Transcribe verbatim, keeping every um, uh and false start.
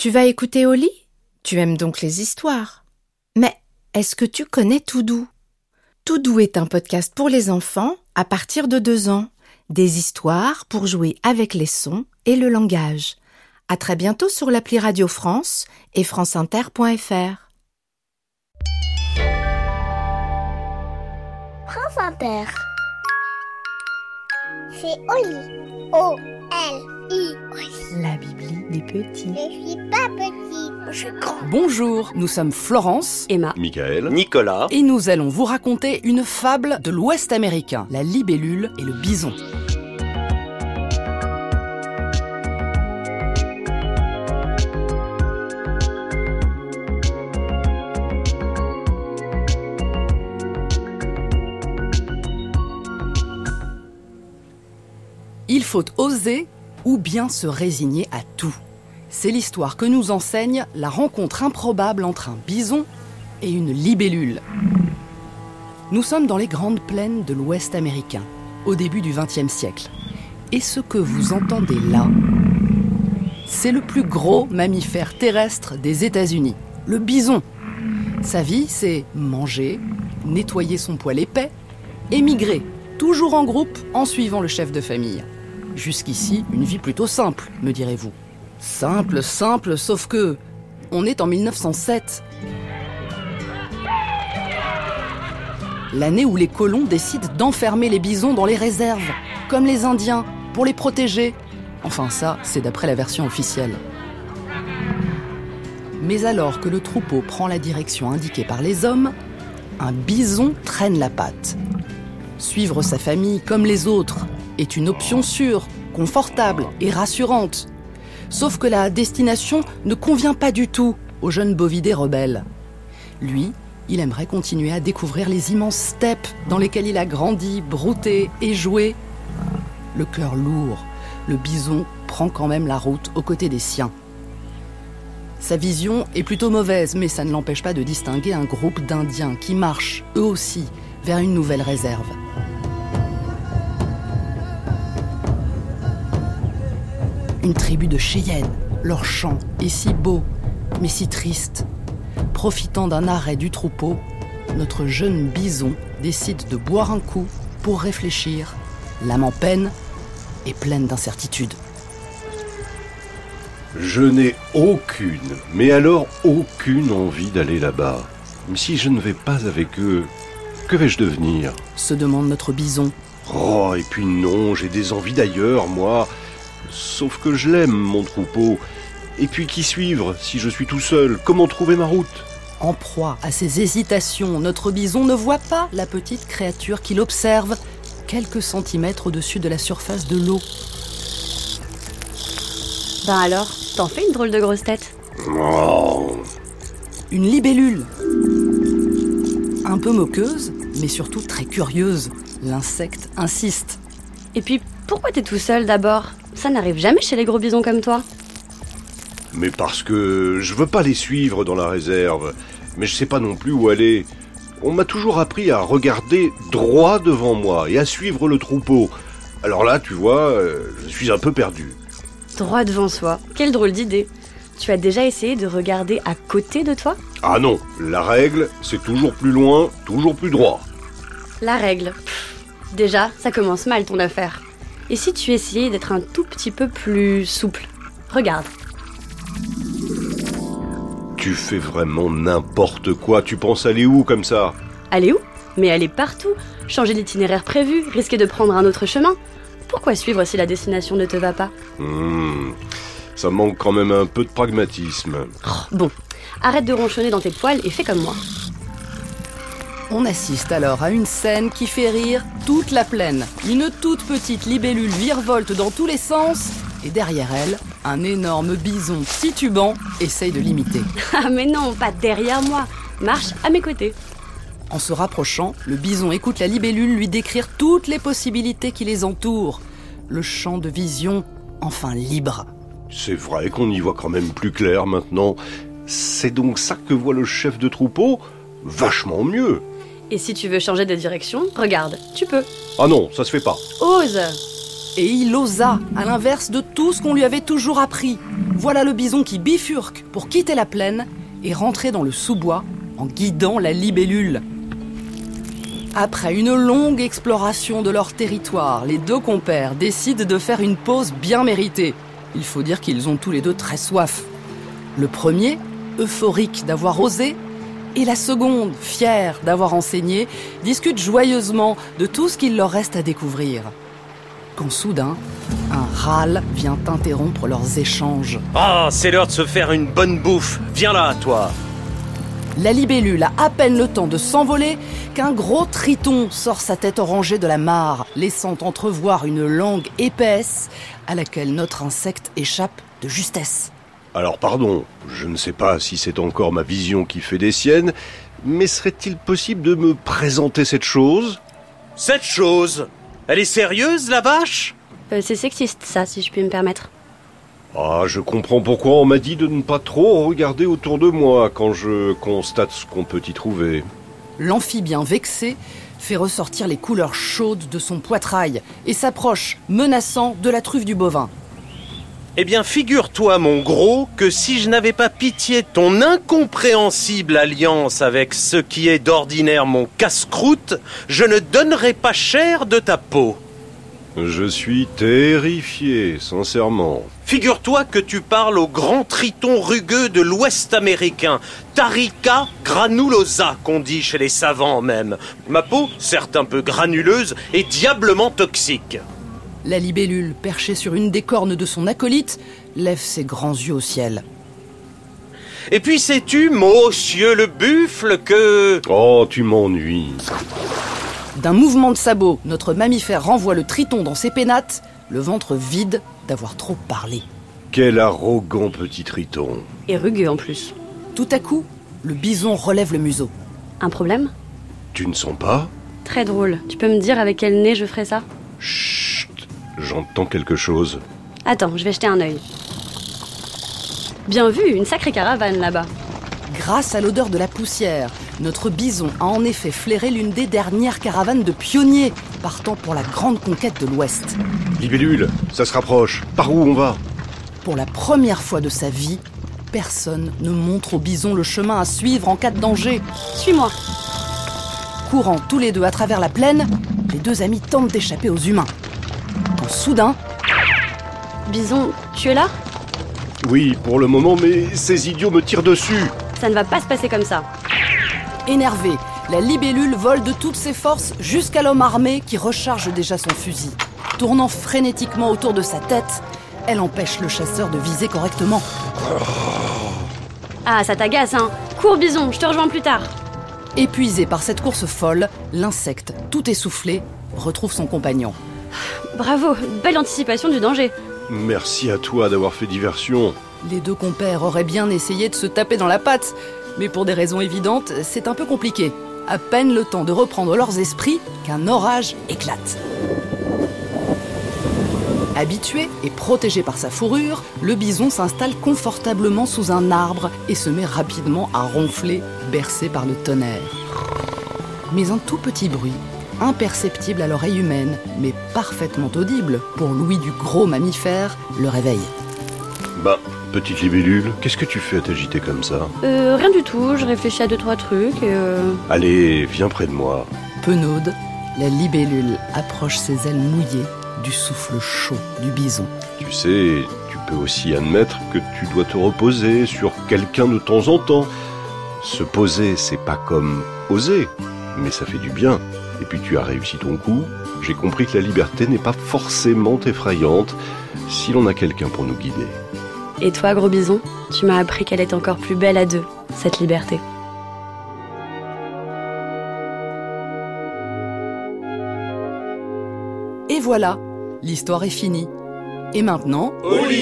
Tu vas écouter Oli ? Tu aimes donc les histoires. Mais est-ce que tu connais Toudou ? Toudou est un podcast pour les enfants à partir de deux ans. Des histoires pour jouer avec les sons et le langage. À très bientôt sur l'appli Radio France et franceinter point f r. France Inter. C'est Oli. O L I. La Bibli des petits. Je suis pas petite, je suis grand. Bonjour, nous sommes Florence, Emma, Michael, Nicolas, et nous allons vous raconter une fable de l'Ouest américain, la libellule et le bison. Il faut oser ou bien se résigner à tout. C'est l'histoire que nous enseigne la rencontre improbable entre un bison et une libellule. Nous sommes dans les grandes plaines de l'Ouest américain, au début du vingtième siècle. Et ce que vous entendez là, c'est le plus gros mammifère terrestre des États-Unis, le bison. Sa vie, c'est manger, nettoyer son poil épais, émigrer, toujours en groupe, en suivant le chef de famille. Jusqu'ici, une vie plutôt simple, me direz-vous. Simple, simple, sauf que... on est en mille neuf cent sept. L'année où les colons décident d'enfermer les bisons dans les réserves, comme les Indiens, pour les protéger. Enfin ça, c'est d'après la version officielle. Mais alors que le troupeau prend la direction indiquée par les hommes, un bison traîne la patte. Suivre sa famille comme les autres est une option sûre, confortable et rassurante. Sauf que la destination ne convient pas du tout au jeune bovidé rebelle. Lui, il aimerait continuer à découvrir les immenses steppes dans lesquelles il a grandi, brouté et joué. Le cœur lourd, le bison prend quand même la route aux côtés des siens. Sa vision est plutôt mauvaise, mais ça ne l'empêche pas de distinguer un groupe d'Indiens qui marchent, eux aussi, vers une nouvelle réserve. Une tribu de Cheyennes, leur chant est si beau, mais si triste. Profitant d'un arrêt du troupeau, notre jeune bison décide de boire un coup pour réfléchir, l'âme en peine et pleine d'incertitudes. je n'ai aucune, mais alors aucune envie d'aller là-bas. Mais si je ne vais pas avec eux, que vais-je devenir ? Se demande notre bison. Oh, et puis non, j'ai des envies d'ailleurs, moi. Sauf que je l'aime, mon troupeau. Et puis qui suivre si je suis tout seul ? Comment trouver ma route ? En proie à ses hésitations, notre bison ne voit pas la petite créature qu'il observe quelques centimètres au-dessus de la surface de l'eau. Ben alors, t'en fais une drôle de grosse tête. Oh. Une libellule. Un peu moqueuse, mais surtout très curieuse. L'insecte insiste. Et puis, pourquoi t'es tout seul d'abord ? Ça n'arrive jamais chez les gros bisons comme toi. Mais parce que je veux pas les suivre dans la réserve. Mais je sais pas non plus où aller. On m'a toujours appris à regarder droit devant moi et à suivre le troupeau. Alors là, tu vois, euh, je suis un peu perdu. Droit devant soi, quelle drôle d'idée. Tu as déjà essayé de regarder à côté de toi ? Ah non, la règle, c'est toujours plus loin, toujours plus droit. La règle. Pff, déjà, ça commence mal ton affaire. Et si tu essayais d'être un tout petit peu plus souple ? Regarde. Tu fais vraiment n'importe quoi. Tu penses aller où comme ça ? Aller où ? Mais aller partout. Changer l'itinéraire prévu, risquer de prendre un autre chemin. Pourquoi suivre si la destination ne te va pas ? Mmh, ça manque quand même un peu de pragmatisme. Oh, bon, arrête de ronchonner dans tes poils et fais comme moi. On assiste alors à une scène qui fait rire toute la plaine. Une toute petite libellule virevolte dans tous les sens et derrière elle, un énorme bison titubant essaye de l'imiter. Ah mais non, pas derrière moi. Marche à mes côtés. En se rapprochant, le bison écoute la libellule lui décrire toutes les possibilités qui les entourent. Le champ de vision, enfin libre. C'est vrai qu'on y voit quand même plus clair maintenant. C'est donc ça que voit le chef de troupeau ? Vachement mieux. Et si tu veux changer de direction, regarde, tu peux. Ah non, ça se fait pas. Ose. Et il osa, à l'inverse de tout ce qu'on lui avait toujours appris. Voilà le bison qui bifurque pour quitter la plaine et rentrer dans le sous-bois en guidant la libellule. Après une longue exploration de leur territoire, les deux compères décident de faire une pause bien méritée. Il faut dire qu'ils ont tous les deux très soif. Le premier, euphorique d'avoir osé, et la seconde, fière d'avoir enseigné, discutent joyeusement de tout ce qu'il leur reste à découvrir. Quand soudain, un râle vient interrompre leurs échanges. « Ah, c'est l'heure de se faire une bonne bouffe. Viens là, toi !» La libellule a à peine le temps de s'envoler qu'un gros triton sort sa tête orangée de la mare, laissant entrevoir une langue épaisse à laquelle notre insecte échappe de justesse. Alors pardon, je ne sais pas si c'est encore ma vision qui fait des siennes, mais serait-il possible de me présenter cette chose ? Cette chose, elle est sérieuse, la vache ? Euh, c'est sexiste, ça, si je puis me permettre. Ah, je comprends pourquoi on m'a dit de ne pas trop regarder autour de moi quand je constate ce qu'on peut y trouver. L'amphibien vexé fait ressortir les couleurs chaudes de son poitrail et s'approche, menaçant, de la truffe du bovin. Eh bien, figure-toi, mon gros, que si je n'avais pas pitié de ton incompréhensible alliance avec ce qui est d'ordinaire mon casse-croûte, je ne donnerais pas cher de ta peau. Je suis terrifié, sincèrement. Figure-toi que tu parles au grand triton rugueux de l'Ouest américain, Tarica granulosa, qu'on dit chez les savants même. Ma peau, certes un peu granuleuse, est diablement toxique. La libellule, perchée sur une des cornes de son acolyte, lève ses grands yeux au ciel. Et puis sais-tu, monsieur le buffle, que... Oh, tu m'ennuies. D'un mouvement de sabot, notre mammifère renvoie le triton dans ses pénates, le ventre vide d'avoir trop parlé. Quel arrogant petit triton. Et rugueux en plus. Tout à coup, le bison relève le museau. Un problème ? Tu ne sens pas ? Très drôle. Tu peux me dire avec quel nez je ferai ça ? Chut, j'entends quelque chose. Attends, je vais jeter un œil. Bien vu, une sacrée caravane là-bas. Grâce à l'odeur de la poussière, notre bison a en effet flairé l'une des dernières caravanes de pionniers partant pour la grande conquête de l'Ouest. Libellule, ça se rapproche. Par où on va ? Pour la première fois de sa vie, personne ne montre au bison le chemin à suivre en cas de danger. Suis-moi. Courant tous les deux à travers la plaine, les deux amis tentent d'échapper aux humains. Quand soudain... Bison, tu es là ? Oui, pour le moment, mais ces idiots me tirent dessus. Ça ne va pas se passer comme ça. Énervée, la libellule vole de toutes ses forces jusqu'à l'homme armé qui recharge déjà son fusil. Tournant frénétiquement autour de sa tête, elle empêche le chasseur de viser correctement. Ah, ça t'agace, hein ? Cours, bison, je te rejoins plus tard. Épuisé par cette course folle, l'insecte, tout essoufflé, retrouve son compagnon. Bravo, belle anticipation du danger. Merci à toi d'avoir fait diversion. Les deux compères auraient bien essayé de se taper dans la patte, mais pour des raisons évidentes, c'est un peu compliqué. À peine le temps de reprendre leurs esprits qu'un orage éclate. Habitué et protégé par sa fourrure, le bison s'installe confortablement sous un arbre et se met rapidement à ronfler, bercé par le tonnerre. Mais un tout petit bruit, imperceptible à l'oreille humaine, mais parfaitement audible pour l'ouïe du gros mammifère, le réveille. Bah, petite libellule, qu'est-ce que tu fais à t'agiter comme ça ? Euh, rien du tout, je réfléchis à deux, trois trucs et euh... Allez, viens près de moi. Penaude, la libellule approche ses ailes mouillées du souffle chaud du bison. Tu sais, tu peux aussi admettre que tu dois te reposer sur quelqu'un de temps en temps. Se poser, c'est pas comme oser, mais ça fait du bien. Et puis tu as réussi ton coup. J'ai compris que la liberté n'est pas forcément effrayante si l'on a quelqu'un pour nous guider. Et toi, gros bison, tu m'as appris qu'elle est encore plus belle à deux, cette liberté. Et voilà, l'histoire est finie. Et maintenant... Au lit !